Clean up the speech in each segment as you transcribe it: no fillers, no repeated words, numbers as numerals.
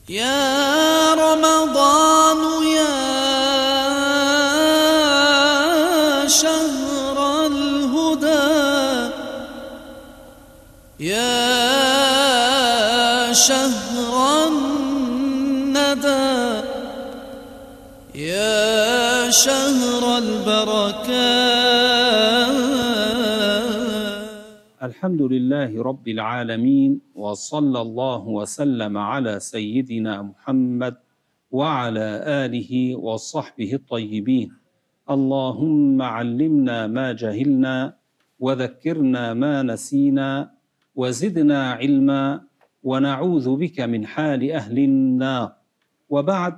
يا رمضان يا شهر الهدى، يا شهر الندى، يا شهر البركات. الحمد لله رب العالمين، وصلى الله وسلم على سيدنا محمد وعلى آله وصحبه الطيبين. اللهم علمنا ما جهلنا وذكرنا ما نسينا وزدنا علما ونعوذ بك من حال أهل النار. وبعد،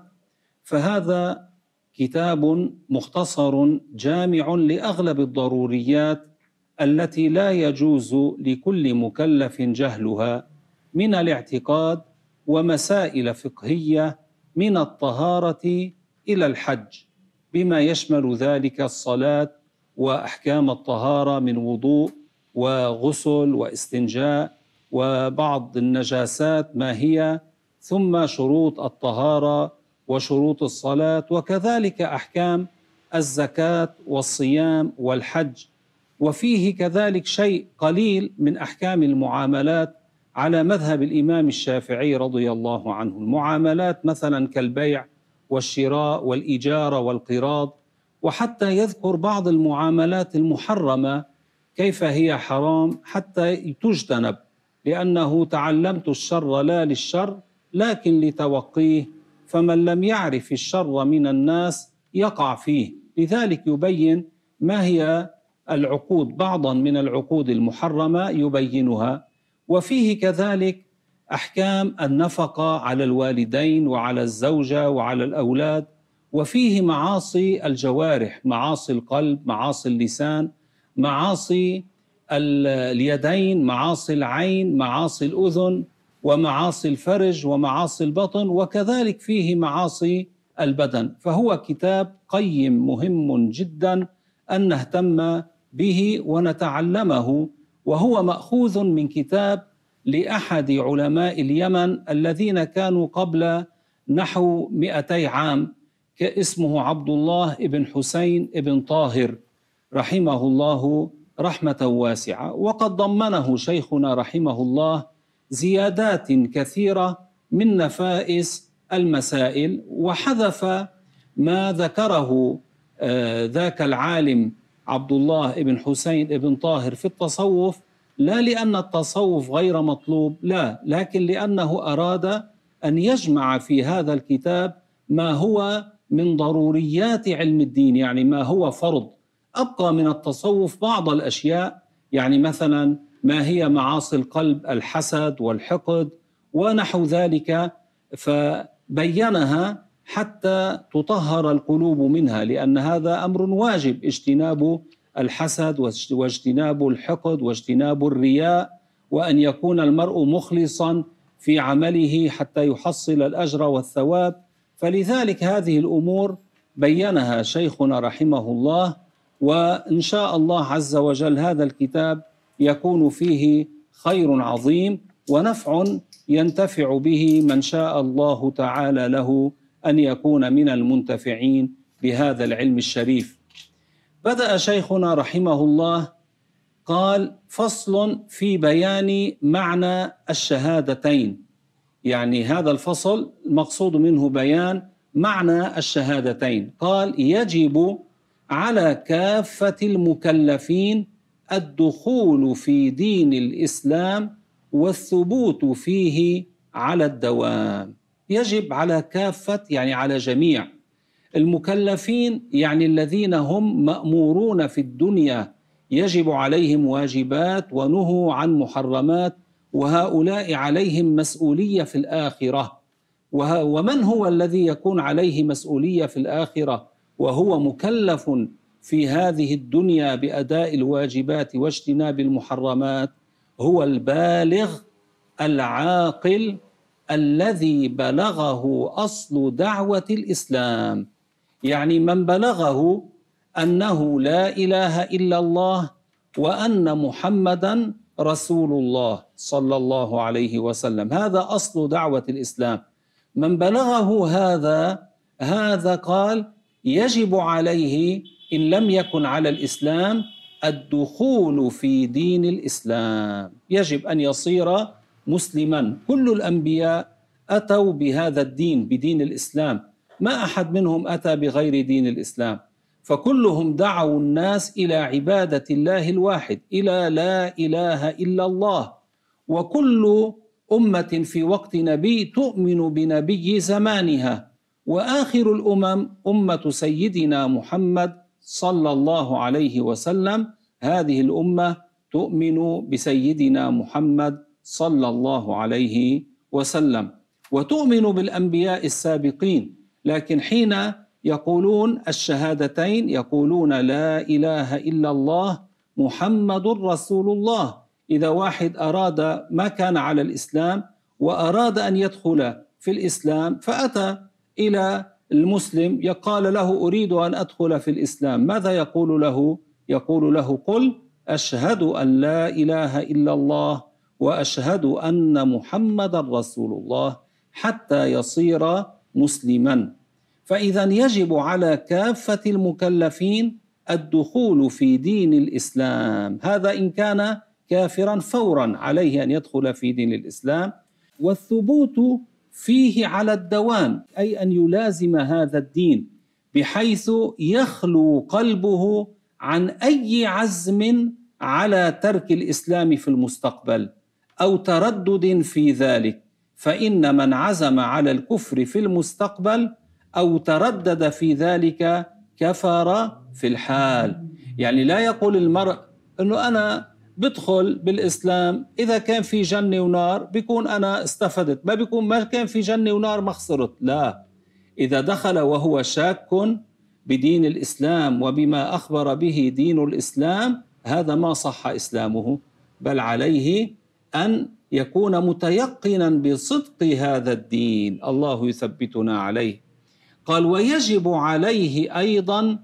فهذا كتاب مختصر جامع لأغلب الضروريات التي لا يجوز لكل مكلف جهلها من الاعتقاد ومسائل فقهية من الطهارة إلى الحج، بما يشمل ذلك الصلاة وأحكام الطهارة من وضوء وغسل واستنجاء وبعض النجاسات ما هي، ثم شروط الطهارة وشروط الصلاة، وكذلك أحكام الزكاة والصيام والحج. وفيه كذلك شيء قليل من أحكام المعاملات على مذهب الإمام الشافعي رضي الله عنه، المعاملات مثلا كالبيع والشراء والإجارة والقراض، وحتى يذكر بعض المعاملات المحرمة كيف هي حرام حتى تجتنب، لأنه تعلمت الشر لا للشر لكن لتوقيه، فمن لم يعرف الشر من الناس يقع فيه. لذلك يبين ما هي العقود، بعضا من العقود المحرمة يبينها. وفيه كذلك أحكام النفقة على الوالدين وعلى الزوجة وعلى الأولاد، وفيه معاصي الجوارح، معاصي القلب، معاصي اللسان، معاصي اليدين، معاصي العين، معاصي الأذن، ومعاصي الفرج، ومعاصي البطن، وكذلك فيه معاصي البدن. فهو كتاب قيم مهم جدا أن نهتم به ونتعلمه، وهو مأخوذ من كتاب لأحد علماء اليمن الذين كانوا قبل نحو 200 عام، اسمه عبد الله بن حسين بن طاهر رحمه الله رحمة واسعة. وقد ضمنه شيخنا رحمه الله زيادات كثيرة من نفائس المسائل، وحذف ما ذكره ذاك العالم عبد الله بن حسين بن طاهر في التصوف، لا لأن التصوف غير مطلوب، لا، لكن لأنه أراد أن يجمع في هذا الكتاب ما هو من ضروريات علم الدين، يعني ما هو فرض. أبقى من التصوف بعض الأشياء، يعني مثلا ما هي معاصي القلب، الحسد والحقد ونحو ذلك، فبينها حتى تطهر القلوب منها، لأن هذا أمر واجب، اجتناب الحسد واجتناب الحقد واجتناب الرياء، وأن يكون المرء مخلصا في عمله حتى يحصل الأجر والثواب. فلذلك هذه الأمور بينها شيخنا رحمه الله، وإن شاء الله عز وجل هذا الكتاب يكون فيه خير عظيم ونفع ينتفع به من شاء الله تعالى له أن يكون من المنتفعين بهذا العلم الشريف. بدأ شيخنا رحمه الله قال: فصل في بيان معنى الشهادتين. يعني هذا الفصل المقصود منه بيان معنى الشهادتين. قال: يجب على كافة المكلفين الدخول في دين الإسلام والثبوت فيه على الدوام. يجب على كافة، يعني على جميع المكلفين، يعني الذين هم مأمورون في الدنيا، يجب عليهم واجبات ونهوا عن محرمات، وهؤلاء عليهم مسؤولية في الآخرة. ومن هو الذي يكون عليه مسؤولية في الآخرة وهو مكلف في هذه الدنيا بأداء الواجبات واجتناب المحرمات؟ هو البالغ العاقل الذي بلغه أصل دعوة الإسلام، يعني من بلغه أنه لا إله إلا الله وأن محمدًا رسول الله صلى الله عليه وسلم. هذا أصل دعوة الإسلام. من بلغه هذا قال يجب عليه إن لم يكن على الإسلام الدخول في دين الإسلام، يجب أن يصير مسلما. كل الأنبياء أتوا بهذا الدين، بدين الإسلام، ما أحد منهم أتى بغير دين الإسلام، فكلهم دعوا الناس إلى عبادة الله الواحد، إلى لا إله إلا الله. وكل أمة في وقت نبي تؤمن بنبي زمانها، وآخر الأمم أمة سيدنا محمد صلى الله عليه وسلم. هذه الأمة تؤمن بسيدنا محمد صلى الله عليه وسلم وتؤمن بالأنبياء السابقين، لكن حين يقولون الشهادتين يقولون لا إله إلا الله محمد رسول الله. إذا واحد أراد ما كان على الإسلام وأراد أن يدخل في الإسلام فأتى إلى المسلم يقال له أريد أن أدخل في الإسلام، ماذا يقول له؟ يقول له قل أشهد أن لا إله إلا الله وأشهد أن محمد رسول الله حتى يصير مسلما. فإذا يجب على كافة المكلفين الدخول في دين الإسلام، هذا إن كان كافرا فورا عليه أن يدخل في دين الإسلام، والثبوت فيه على الدوام، أي أن يلازم هذا الدين بحيث يخلو قلبه عن أي عزم على ترك الإسلام في المستقبل أو تردد في ذلك، فإن من عزم على الكفر في المستقبل أو تردد في ذلك كفر في الحال. يعني لا يقول المرء أنه أنا بدخل بالإسلام إذا كان في جنة ونار بيكون أنا استفدت، ما كان في جنة ونار ما خسرت. لا، إذا دخل وهو شاك بدين الإسلام وبما أخبر به دين الإسلام هذا ما صح إسلامه، بل عليه أن يكون متيقنا بصدق هذا الدين، الله يثبتنا عليه. قال ويجب عليه أيضا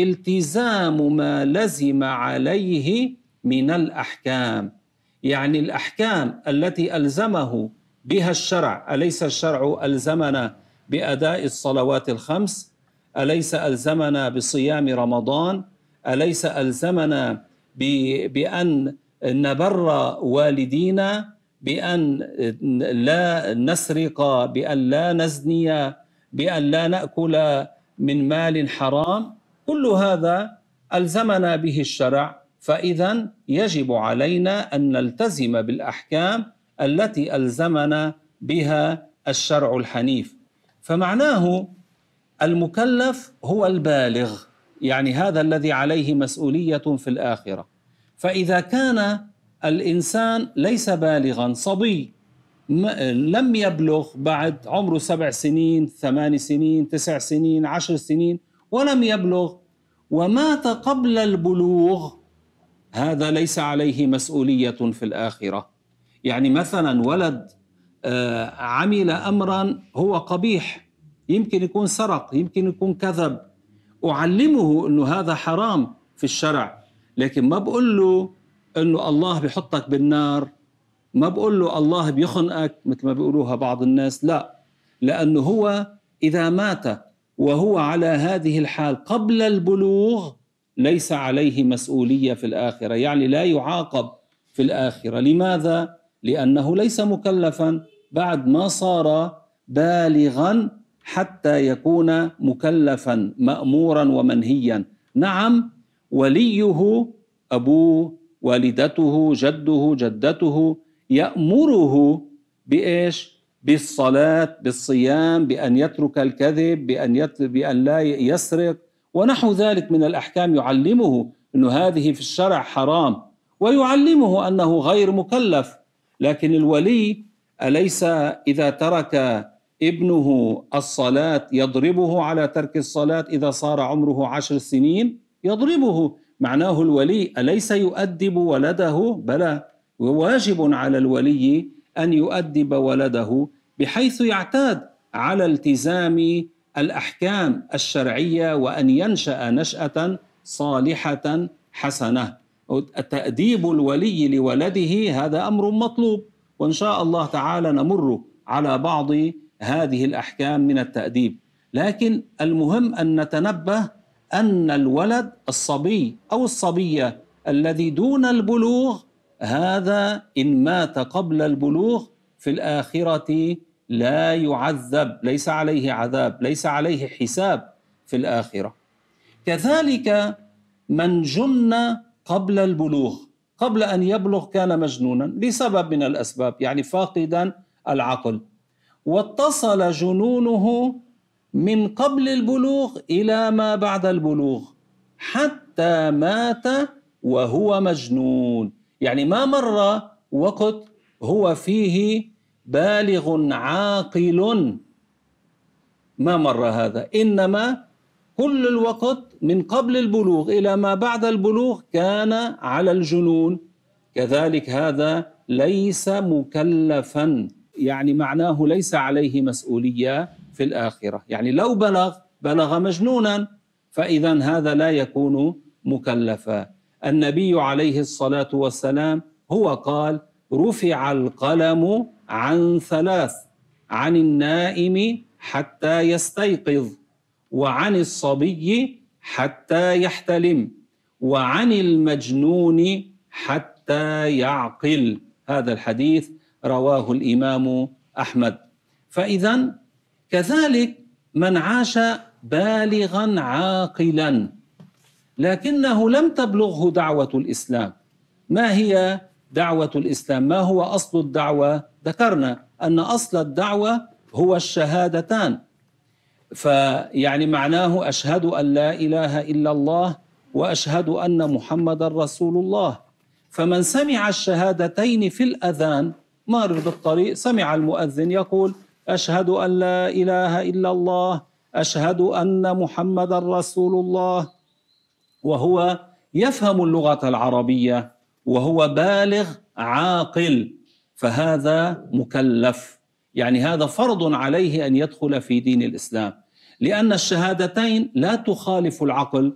التزام ما لزم عليه من الأحكام، يعني الأحكام التي ألزمه بها الشرع. أليس الشرع ألزمنا بأداء الصلوات الخمس؟ أليس ألزمنا بصيام رمضان؟ أليس ألزمنا بأن نبر والدينا، بأن لا نسرق، بأن لا نزني، بأن لا نأكل من مال حرام؟ كل هذا ألزمنا به الشرع، فإذا يجب علينا أن نلتزم بالأحكام التي ألزمنا بها الشرع الحنيف. فمعناه المكلف هو البالغ، يعني هذا الذي عليه مسؤولية في الآخرة. فإذا كان الإنسان ليس بالغا، صبي لم يبلغ بعد، عمره 7 سنين 8 سنين 9 سنين 10 سنين ولم يبلغ ومات قبل البلوغ، هذا ليس عليه مسؤولية في الآخرة. يعني مثلا ولد عمل أمرا هو قبيح، يمكن يكون سرق، يمكن يكون كذب، أعلمه أنه هذا حرام في الشرع، لكن ما بقول له أنه الله بيحطك بالنار، ما بقول له الله بيخنقك مثل ما بيقولوها بعض الناس، لا، لأنه هو إذا مات وهو على هذه الحال قبل البلوغ ليس عليه مسؤولية في الآخرة، يعني لا يعاقب في الآخرة. لماذا؟ لأنه ليس مكلفا بعد ما صار بالغا حتى يكون مكلفا مأمورا ومنهيا. نعم، وليه أبوه، والدته، جده، جدته يأمره بإيش؟ بالصلاة، بالصيام، بأن يترك الكذب، بأن لا يسرق ونحو ذلك من الأحكام، يعلمه أنه هذه في الشرع حرام ويعلمه أنه غير مكلف. لكن الولي أليس إذا ترك ابنه الصلاة يضربه على ترك الصلاة؟ إذا صار عمره 10 سنين يضربه، معناه الولي أليس يؤدب ولده؟ بلى، وواجب على الولي أن يؤدب ولده بحيث يعتاد على التزام الأحكام الشرعية وأن ينشأ نشأة صالحة حسنة. تأديب الولي لولده هذا أمر مطلوب، وإن شاء الله تعالى نمر على بعض هذه الأحكام من التأديب. لكن المهم أن نتنبه أن الولد الصبي أو الصبية الذي دون البلوغ، هذا إن مات قبل البلوغ في الآخرة لا يعذب، ليس عليه عذاب، ليس عليه حساب في الآخرة. كذلك من جن قبل البلوغ، قبل أن يبلغ كان مجنونا لسبب من الأسباب، يعني فاقدا العقل، واتصل جنونه من قبل البلوغ إلى ما بعد البلوغ حتى مات وهو مجنون، يعني ما مر وقت هو فيه بالغ عاقل، ما مر هذا، إنما كل الوقت من قبل البلوغ إلى ما بعد البلوغ كان على الجنون. كذلك هذا ليس مكلفا، يعني معناه ليس عليه مسؤولية في الآخرة، يعني لو بلغ مجنونا فإذا هذا لا يكون مكلفا. النبي عليه الصلاة والسلام هو قال: رفع القلم عن ثلاث، عن النائم حتى يستيقظ، وعن الصبي حتى يحتلم، وعن المجنون حتى يعقل. هذا الحديث رواه الإمام أحمد. فإذا كذلك من عاش بالغا عاقلا لكنه لم تبلغه دعوة الإسلام. ما هي دعوة الإسلام؟ ما هو أصل الدعوة؟ ذكرنا أن أصل الدعوة هو الشهادتان، فيعني معناه أشهد أن لا إله إلا الله وأشهد أن محمد رسول الله. فمن سمع الشهادتين في الأذان مار بالطريق سمع المؤذن يقول: أشهد أن لا إله إلا الله، أشهد أن محمد رسول الله، وهو يفهم اللغة العربية وهو بالغ عاقل، فهذا مكلف، يعني هذا فرض عليه أن يدخل في دين الإسلام، لأن الشهادتين لا تخالف العقل،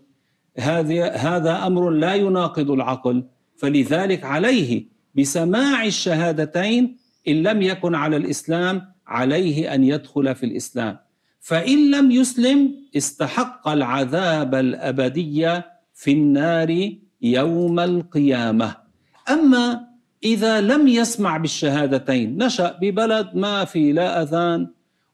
هذا أمر لا يناقض العقل، فلذلك عليه بسماع الشهادتين إن لم يكن على الإسلام عليه أن يدخل في الإسلام، فإن لم يسلم استحق العذاب الأبدي في النار يوم القيامة. أما إذا لم يسمع بالشهادتين، نشأ ببلد ما في لا أذان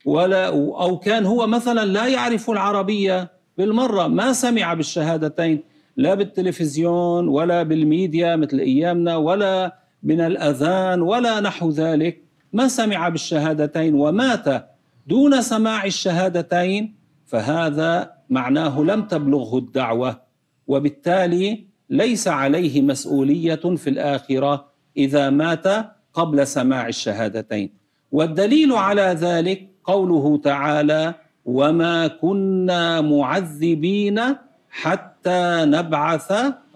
أو كان هو مثلا لا يعرف العربية بالمرة، ما سمع بالشهادتين لا بالتلفزيون ولا بالميديا مثل أيامنا ولا من الأذان ولا نحو ذلك، ما سمع بالشهادتين ومات دون سماع الشهادتين، فهذا معناه لم تبلغه الدعوة، وبالتالي ليس عليه مسؤولية في الآخرة إذا مات قبل سماع الشهادتين. والدليل على ذلك قوله تعالى: وما كنا معذبين حتى نبعث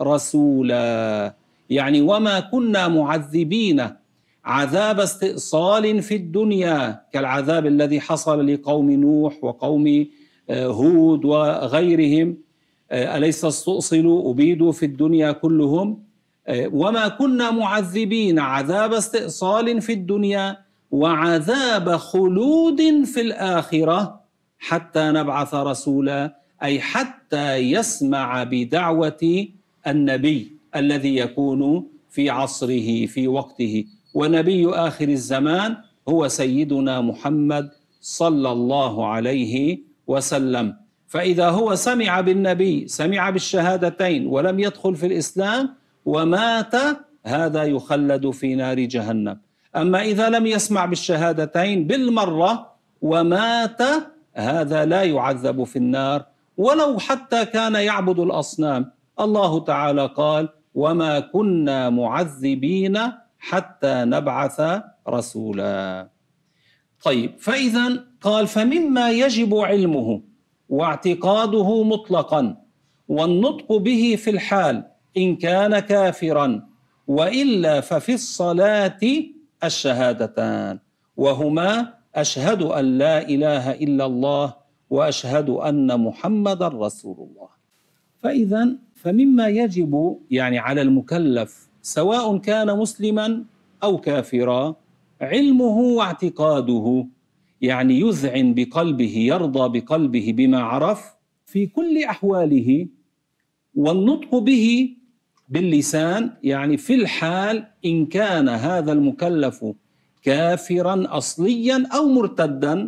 رسولا، يعني وما كنا معذبين عذاب استئصال في الدنيا كالعذاب الذي حصل لقوم نوح وقوم هود وغيرهم، أليس استؤصلوا أبيدوا في الدنيا كلهم، وما كنا معذبين عذاب استئصال في الدنيا وعذاب خلود في الآخرة حتى نبعث رسولا، أي حتى يسمع بدعوة النبي الذي يكون في عصره في وقته، ونبي آخر الزمان هو سيدنا محمد صلى الله عليه وسلم. فإذا هو سمع بالنبي، سمع بالشهادتين ولم يدخل في الإسلام ومات، هذا يخلد في نار جهنم. أما إذا لم يسمع بالشهادتين بالمرة ومات، هذا لا يعذب في النار ولو حتى كان يعبد الأصنام. الله تعالى قال: وما كنا معذبين حتى نبعث رسولا. طيب، فإذا قال: فمما يجب علمه واعتقاده مطلقا والنطق به في الحال إن كان كافرا، وإلا ففي الصلاة الشهادتان، وهما أشهد أن لا إله إلا الله وأشهد أن محمد رسول الله. فإذا فمما يجب يعني على المكلف سواء كان مسلما أو كافرا علمه واعتقاده، يعني يذعن بقلبه، يرضى بقلبه بما عرف في كل أحواله، والنطق به باللسان يعني في الحال إن كان هذا المكلف كافرا أصليا أو مرتدا،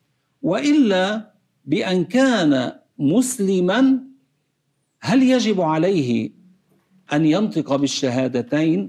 وإلا بأن كان مسلما هل يجب عليه أن ينطق بالشهادتين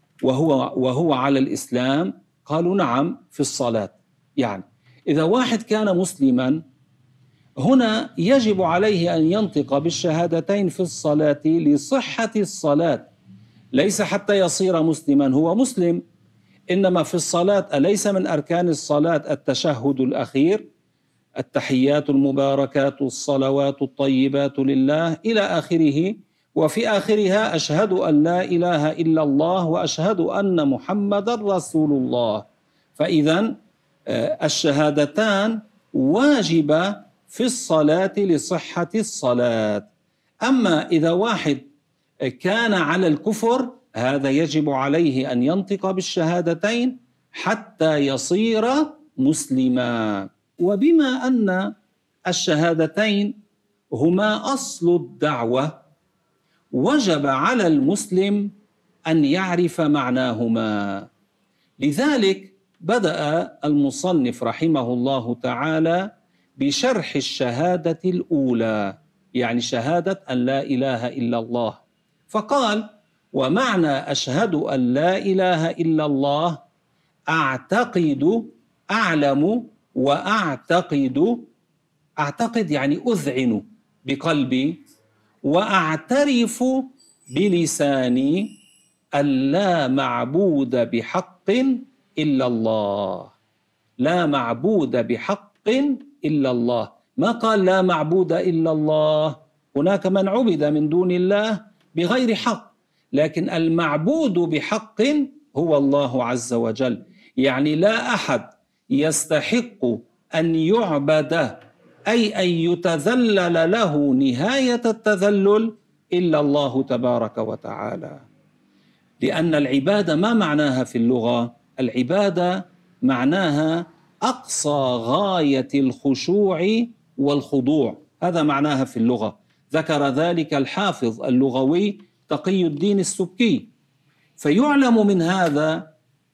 وهو على الإسلام؟ قالوا نعم في الصلاة. يعني إذا واحد كان مسلما هنا يجب عليه أن ينطق بالشهادتين في الصلاة لصحة الصلاة، ليس حتى يصير مسلما، هو مسلم، إنما في الصلاة أليس من أركان الصلاة التشهد الأخير، التحيات المباركات الصلوات الطيبات لله إلى آخره، وفي آخرها أشهد أن لا إله إلا الله وأشهد أن محمدا رسول الله. فإذا الشهادتان واجبة في الصلاة لصحة الصلاة. أما إذا واحد كان على الكفر هذا يجب عليه أن ينطق بالشهادتين حتى يصير مسلما. وبما أن الشهادتين هما أصل الدعوة وجب على المسلم أن يعرف معناهما، لذلك بدأ المصنف رحمه الله تعالى بشرح الشهادة الأولى، يعني شهادة أن لا إله إلا الله، فقال: ومعنى أشهد أن لا إله إلا الله أعتقد، أعلم وأعتقد، أعتقد يعني أذعن بقلبي، وأعترف بلساني أن لا معبود بحق إلا الله. لا معبود بحق إلا الله، ما قال لا معبود إلا الله، هناك من عبد من دون الله بغير حق، لكن المعبود بحق هو الله عز وجل، يعني لا أحد يستحق أن يعبد أي أن يتذلل له نهاية التذلل إلا الله تبارك وتعالى. لأن العبادة ما معناها في اللغة؟ العبادة معناها أقصى غاية الخشوع والخضوع، هذا معناها في اللغة. ذكر ذلك الحافظ اللغوي تقي الدين السبكي. فيعلم من هذا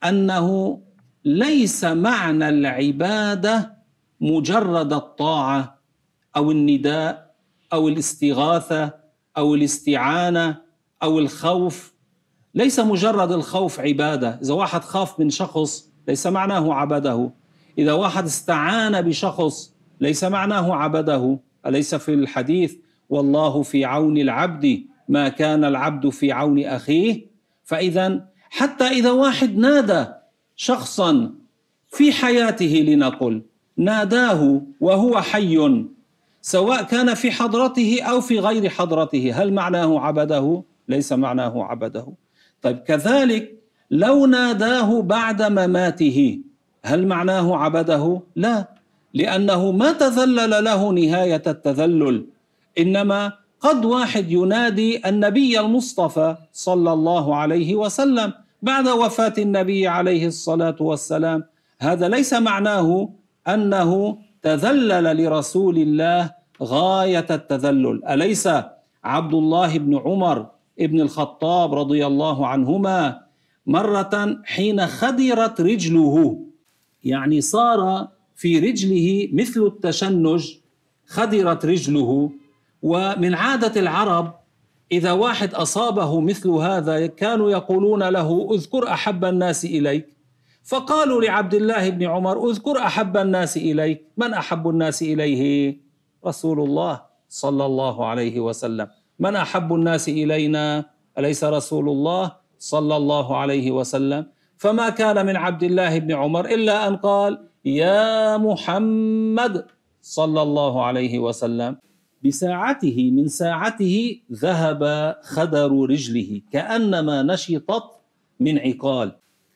أنه ليس معنى العبادة مجرد الطاعة أو النداء أو الاستغاثة أو الاستعانة أو الخوف. ليس مجرد الخوف عبادة، إذا واحد خاف من شخص ليس معناه عبده، إذا واحد استعان بشخص ليس معناه عبده. أليس في الحديث: والله في عون العبد ما كان العبد في عون أخيه؟ فإذا حتى إذا واحد نادى شخصا في حياته، لنقل ناداه وهو حي، سواء كان في حضرته أو في غير حضرته، هل معناه عبده؟ ليس معناه عبده. طيب كذلك لو ناداه بعد مماته هل معناه عبده؟ لا، لأنه ما تذلل له نهاية التذلل. إنما قد واحد ينادي النبي المصطفى صلى الله عليه وسلم بعد وفاة النبي عليه الصلاة والسلام، هذا ليس معناه أنه تذلل لرسول الله غاية التذلل. أليس عبد الله بن عمر ابن الخطاب رضي الله عنهما مرة حين خدرت رجله، يعني صار في رجله مثل التشنج، خدرت رجله، ومن عادة العرب إذا واحد أصابه مثل هذا كانوا يقولون له: اذكر أحب الناس إليك. فقالوا لعبد الله بن عمر: اذكر أحب الناس إليك. من أحب الناس إليه؟ رسول الله صلى الله عليه وسلم. من أحب الناس إلينا؟ أليس رسول الله صلى الله عليه وسلم؟ فما كان من عبد الله بن عمر إلا أن قال: يا محمد صلى الله عليه وسلم. بساعته من ساعته ذهب خدر رجله كأنما نشطت من عقال.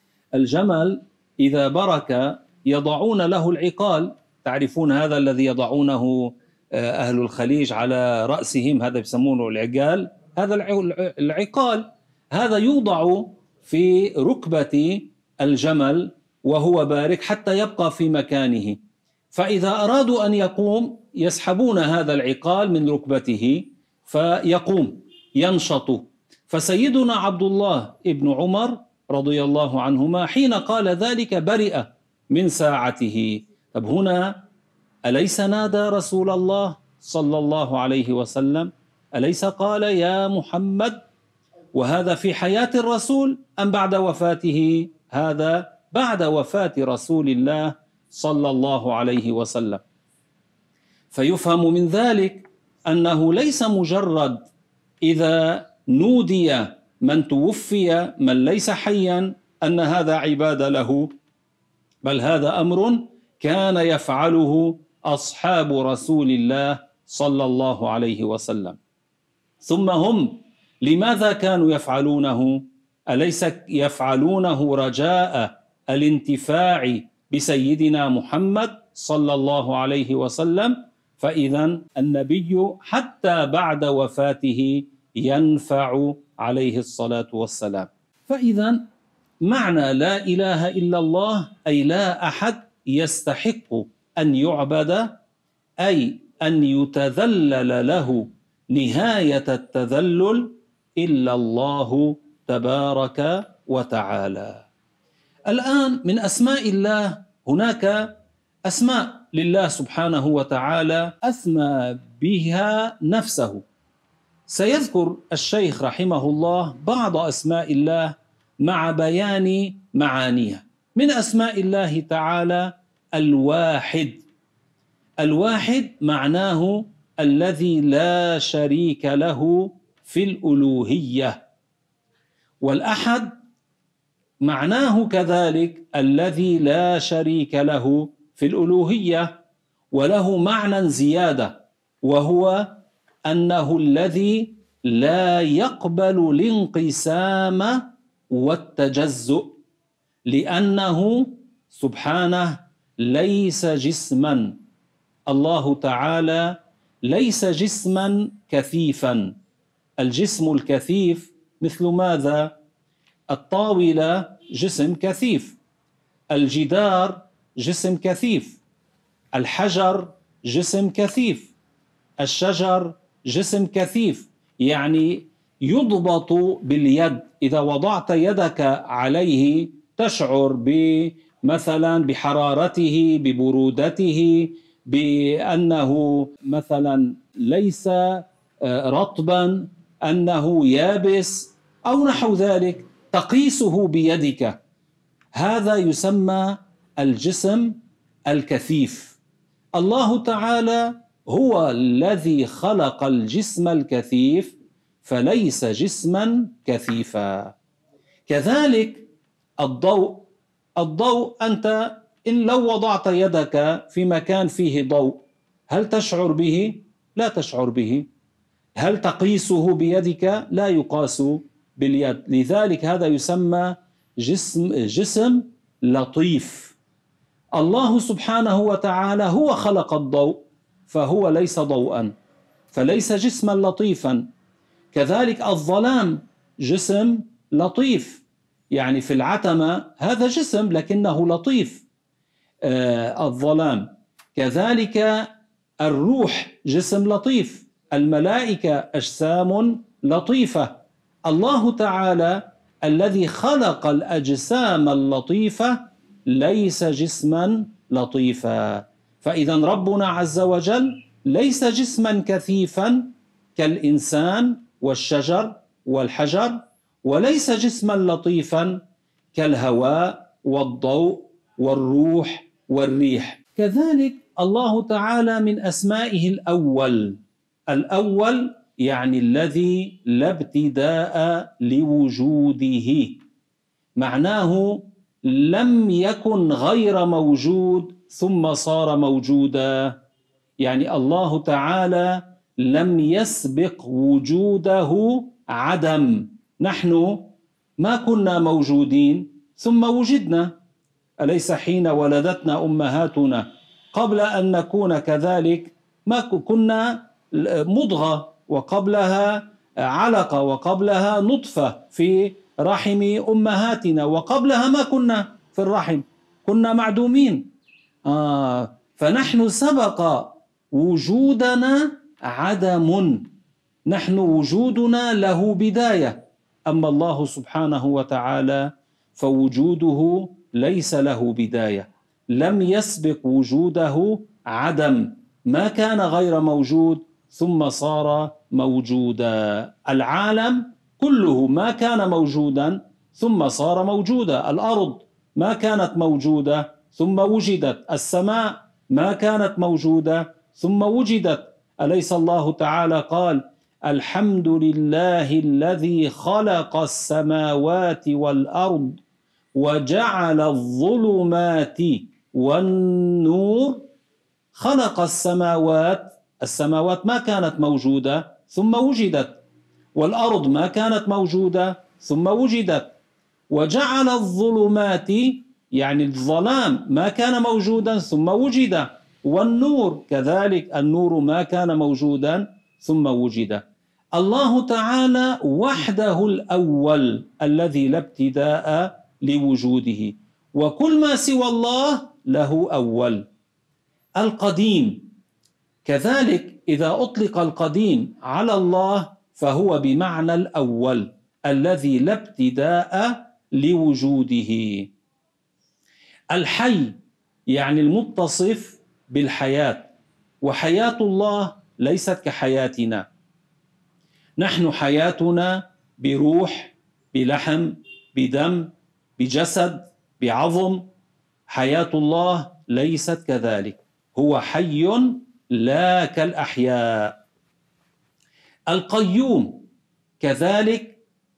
الجمل إذا برك يضعون له العقال، تعرفون هذا الذي يضعونه أهل الخليج على رأسهم، هذا يسمونه العقال. هذا العقال هذا يوضع في ركبة الجمل وهو بارك حتى يبقى في مكانه. فإذا أرادوا أن يقوم يسحبون هذا العقال من ركبته فيقوم ينشط. فسيدنا عبد الله ابن عمر رضي الله عنهما حين قال ذلك برئ من ساعته. طب هنا أليس نادى رسول الله صلى الله عليه وسلم؟ أليس قال يا محمد؟ وهذا في حياة الرسول أم بعد وفاته؟ هذا بعد وفاة رسول الله صلى الله عليه وسلم. فيفهم من ذلك أنه ليس مجرد إذا نودي من توفي من ليس حيا أن هذا عبادة له، بل هذا أمر كان يفعله أصحاب رسول الله صلى الله عليه وسلم. ثم هم لماذا كانوا يفعلونه؟ أليس يفعلونه رجاء الانتفاع بسيدنا محمد صلى الله عليه وسلم؟ فإذا النبي حتى بعد وفاته ينفع عليه الصلاة والسلام. فإذا معنى لا إله إلا الله أي لا أحد يستحق أن يعبد، أي أن يتذلل له نهاية التذلل إلا الله تبارك وتعالى. الآن من أسماء الله هناك أسماء لله سبحانه وتعالى أسمى بها نفسه. سيذكر الشيخ رحمه الله بعض أسماء الله مع بيان معانيها. من أسماء الله تعالى الواحد. الواحد معناه الذي لا شريك له في الألوهية، والأحد معناه كذلك الذي لا شريك له في الألوهية، وله معنى زيادة وهو أنه الذي لا يقبل الانقسام والتجزؤ، لأنه سبحانه ليس جسما. الله تعالى ليس جسما كثيفا. الجسم الكثيف مثل ماذا؟ الطاولة جسم كثيف، الجدار جسم كثيف، الحجر جسم كثيف، الشجر جسم كثيف، يعني يضبط باليد. إذا وضعت يدك عليه تشعر مثلا بحرارته، ببرودته، بأنه مثلا ليس رطبا، أنه يابس أو نحو ذلك، تقيسه بيدك. هذا يسمى الجسم الكثيف. الله تعالى هو الذي خلق الجسم الكثيف فليس جسما كثيفا. كذلك الضوء أنت إن لو وضعت يدك في مكان فيه ضوء هل تشعر به؟ لا تشعر به. هل تقيسه بيدك؟ لا يقاس باليد. لذلك هذا يسمى جسم لطيف. الله سبحانه وتعالى هو خلق الضوء فهو ليس ضوءا، فليس جسما لطيفا. كذلك الظلام جسم لطيف، يعني في العتمة هذا جسم لكنه لطيف، الظلام. كذلك الروح جسم لطيف، الملائكة أجسام لطيفة. الله تعالى الذي خلق الأجسام اللطيفة ليس جسما لطيفا. فإذا ربنا عز وجل ليس جسما كثيفا كالإنسان والشجر والحجر، وليس جسما لطيفا كالهواء والضوء والروح والريح. كذلك الله تعالى من أسمائه الأول يعني الذي لا ابتداء لوجوده، معناه لم يكن غير موجود ثم صار موجودا. يعني الله تعالى لم يسبق وجوده عدم. نحن ما كنا موجودين ثم وجدنا، أليس حين ولدتنا أمهاتنا قبل أن نكون كذلك ما كنا مضغة، وقبلها علقة، وقبلها نطفة في رحم أمهاتنا، وقبلها ما كنا في الرحم، كنا معدومين. فنحن سبق وجودنا عدم، نحن وجودنا له بداية، أما الله سبحانه وتعالى فوجوده ليس له بداية، لم يسبق وجوده عدم، ما كان غير موجود ثم صار موجودا. العالم كله ما كان موجودا ثم صار موجودا، الأرض ما كانت موجودة ثم وجدت، السماء ما كانت موجودة ثم وجدت. أليس الله تعالى قال: الحمد لله الذي خلق السماوات والأرض وجعل الظلمات والنور. خلق السماوات ما كانت موجودة ثم وجدت، والأرض ما كانت موجودة ثم وجدت، وجعل الظلمات يعني الظلام ما كان موجودا ثم وجد، والنور كذلك النور ما كان موجودا ثم وجد. الله تعالى وحده الأول الذي لا ابتداء لوجوده، وكل ما سوى الله له أول. القديم كذلك إذا أطلق القديم على الله فهو بمعنى الأول الذي لا ابتداء لوجوده. الحي يعني المتصف بالحياة، وحياة الله ليست كحياتنا، نحن حياتنا بروح، بلحم، بدم، بجسد، بعظم. حياة الله ليست كذلك، هو حي لا كالأحياء. القيوم كذلك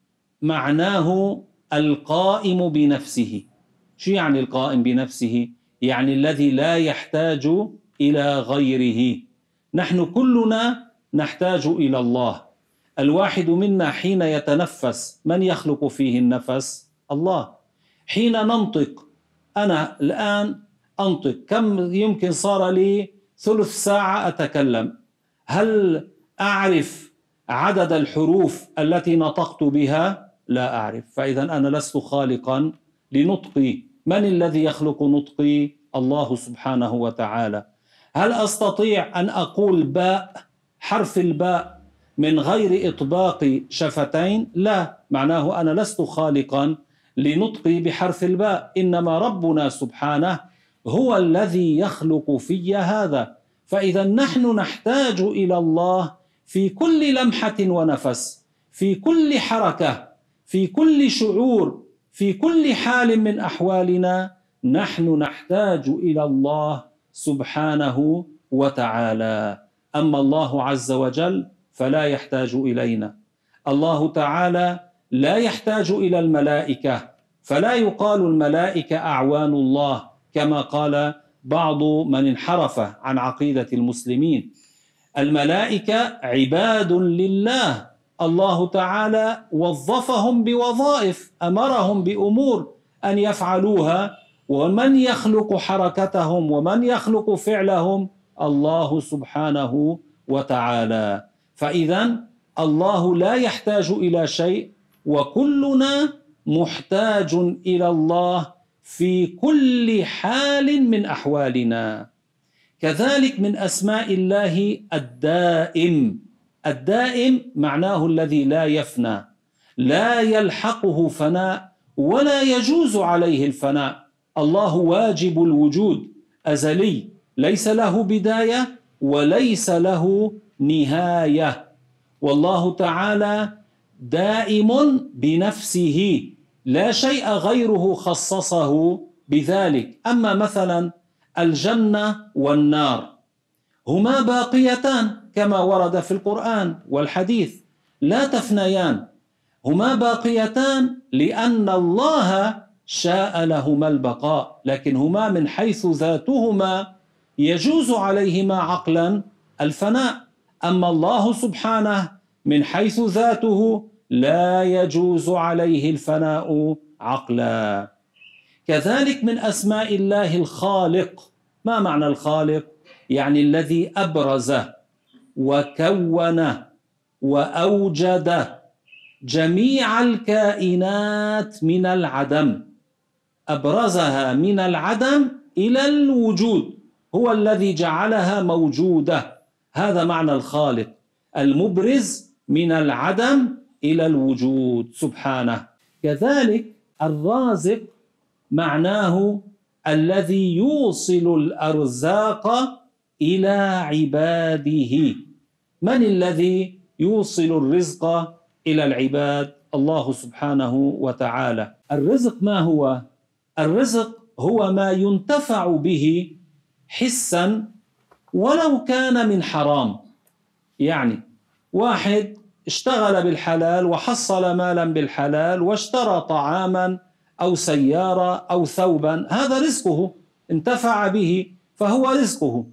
معناه القائم بنفسه. شو يعني القائم بنفسه؟ يعني الذي لا يحتاج إلى غيره. نحن كلنا نحتاج إلى الله. الواحد منا حين يتنفس من يخلق فيه النفس؟ الله. حين ننطق، أنا الآن أنطق، كم يمكن صار لي ثلث ساعة أتكلم، هل أعرف عدد الحروف التي نطقت بها؟ لا أعرف. فإذا أنا لست خالقا لنطقي. من الذي يخلق نطقي؟ الله سبحانه وتعالى. هل أستطيع أن أقول باء، حرف الباء، من غير إطباق شفتين؟ لا، معناه أنا لست خالقا لنطقي بحرف الباء، إنما ربنا سبحانه هو الذي يخلق في هذا. فإذا نحن نحتاج إلى الله في كل لمحة ونفس، في كل حركة، في كل شعور، في كل حال من أحوالنا، نحن نحتاج إلى الله سبحانه وتعالى. أما الله عز وجل فلا يحتاج إلينا. الله تعالى لا يحتاج إلى الملائكة، فلا يقال الملائكة أعوان الله كما قال بعض من انحرف عن عقيدة المسلمين. الملائكة عباد لله، الله تعالى وظفهم بوظائف، أمرهم بأمور أن يفعلوها، ومن يخلق حركتهم ومن يخلق فعلهم؟ الله سبحانه وتعالى. فإذا الله لا يحتاج إلى شيء، وكلنا محتاج إلى الله في كل حال من أحوالنا. كذلك من أسماء الله الدائم. الدائم معناه الذي لا يفنى، لا يلحقه فناء ولا يجوز عليه الفناء. الله واجب الوجود، أزلي، ليس له بداية وليس له نهاية. والله تعالى دائم بنفسه، لا شيء غيره خصصه بذلك. أما مثلا الجنة والنار هما باقيتان كما ورد في القرآن والحديث، لا تفنيان، هما باقيتان لأن الله شاء لهما البقاء، لكن هما من حيث ذاتهما يجوز عليهما عقلا الفناء. أما الله سبحانه من حيث ذاته لا يجوز عليه الفناء عقلا. كذلك من أسماء الله الخالق. ما معنى الخالق؟ يعني الذي أبرز وكون وأوجد جميع الكائنات من العدم، أبرزها من العدم إلى الوجود، هو الذي جعلها موجودة. هذا معنى الخالق، المبرز من العدم إلى الوجود سبحانه. كذلك الرازق معناه الذي يوصل الأرزاق إلى عباده. من الذي يوصل الرزق إلى العباد؟ الله سبحانه وتعالى. الرزق ما هو؟ الرزق هو ما ينتفع به حسا ولو كان من حرام. يعني واحد اشتغل بالحلال وحصل مالا بالحلال واشترى طعاما أو سيارة أو ثوبا، هذا رزقه، انتفع به فهو رزقه.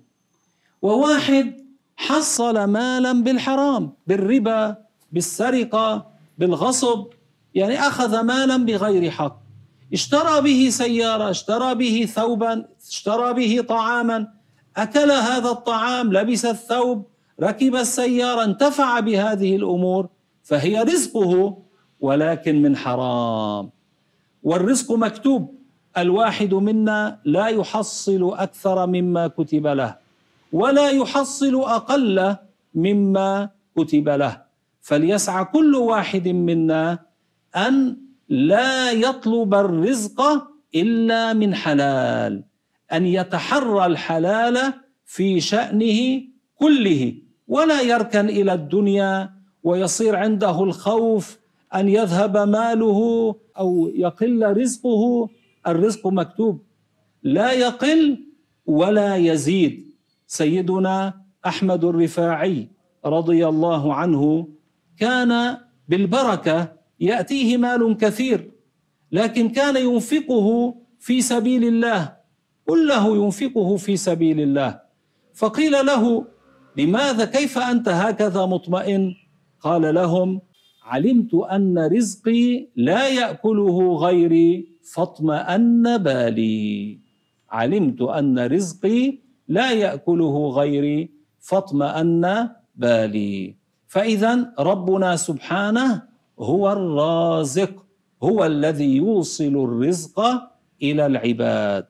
وواحد حصل مالا بالحرام، بالربا، بالسرقة، بالغصب، يعني أخذ مالا بغير حق، اشترى به سيارة، اشترى به ثوبا، اشترى به طعاما، أكل هذا الطعام، لبس الثوب، ركب السيارة، انتفع بهذه الأمور، فهي رزقه ولكن من حرام. والرزق مكتوب، الواحد منا لا يحصل أكثر مما كتب له ولا يحصل أقل مما كتب له، فليسعى كل واحد منا أن لا يطلب الرزق إلا من حلال، أن يتحرى الحلال في شأنه كله، ولا يركن إلى الدنيا ويصير عنده الخوف أن يذهب ماله أو يقل رزقه. الرزق مكتوب، لا يقل ولا يزيد. سيدنا أحمد الرفاعي رضي الله عنه كان بالبركة، يأتيه مال كثير، لكن كان ينفقه في سبيل الله، كله ينفقه في سبيل الله. فقيل له: لماذا، كيف أنت هكذا مطمئن؟ قال لهم: علمت أن رزقي لا يأكله غيري فاطمأن بالي. علمت أن رزقي لا يأكله غيري فاطمأن بالي. فإذا ربنا سبحانه هو الرازق، هو الذي يوصل الرزق إلى العباد.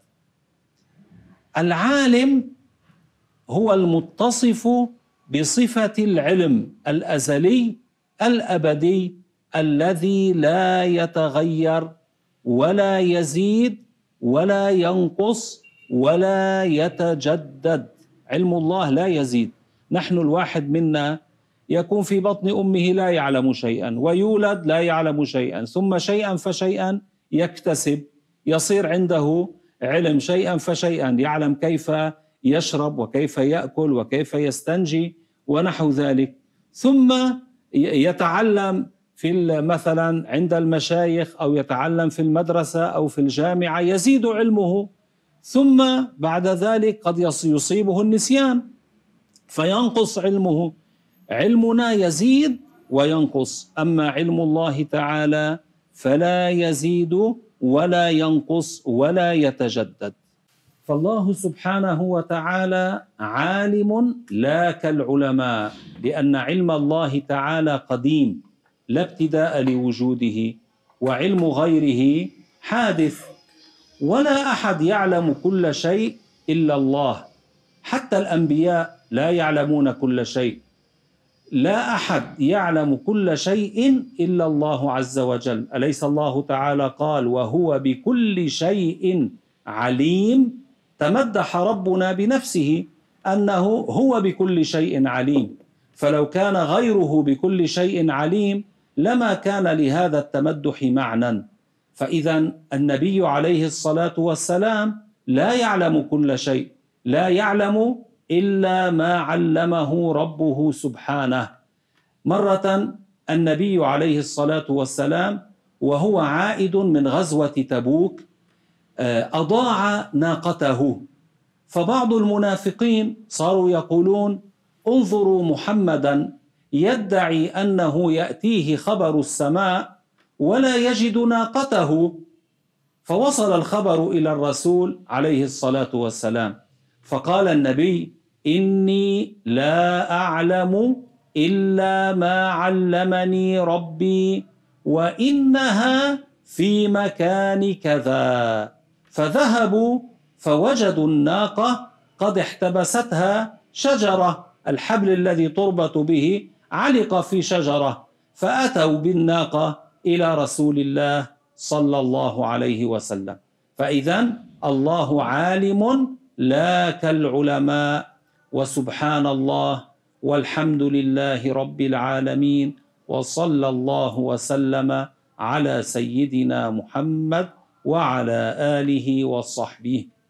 العالم هو المتصف بصفة العلم الأزلي الأبدي الذي لا يتغير ولا يزيد ولا ينقص ولا يتجدد. علم الله لا يزيد. نحن الواحد منا يكون في بطن أمه لا يعلم شيئا، ويولد لا يعلم شيئا، ثم شيئا فشيئا يكتسب، يصير عنده علم شيئا فشيئا، يعلم كيف يشرب وكيف يأكل وكيف يستنجي ونحو ذلك، ثم يتعلم في مثلا عند المشايخ أو يتعلم في المدرسة أو في الجامعة، يزيد علمه، ثم بعد ذلك قد يصيبه النسيان فينقص علمه. علمنا يزيد وينقص، أما علم الله تعالى فلا يزيد ولا ينقص ولا يتجدد. فالله سبحانه وتعالى عالم لا كالعلماء، لأن علم الله تعالى قديم لا ابتداء لوجوده، وعلم غيره حادث، ولا أحد يعلم كل شيء إلا الله. حتى الأنبياء لا يعلمون كل شيء، لا أحد يعلم كل شيء إلا الله عز وجل. أليس الله تعالى قال: وهو بكل شيء عليم؟ تمدح ربنا بنفسه أنه هو بكل شيء عليم، فلو كان غيره بكل شيء عليم لما كان لهذا التمدح معنى. فإذا النبي عليه الصلاة والسلام لا يعلم كل شيء، لا يعلم إلا ما علمه ربه سبحانه. مرة النبي عليه الصلاة والسلام وهو عائد من غزوة تبوك أضاع ناقته، فبعض المنافقين صاروا يقولون: انظروا محمدا يدعي أنه يأتيه خبر السماء ولا يجد ناقته. فوصل الخبر إلى الرسول عليه الصلاة والسلام، فقال النبي: إني لا أعلم إلا ما علمني ربي، وإنها في مكان كذا. فذهبوا فوجدوا الناقة قد احتبستها شجرة، الحبل الذي تربط به علق في شجرة، فأتوا بالناقة إلى رسول الله صلى الله عليه وسلم. فإذا الله عالم لا كالعلماء، وسبحان الله والحمد لله رب العالمين، وصلى الله وسلم على سيدنا محمد وعلى آله وصحبه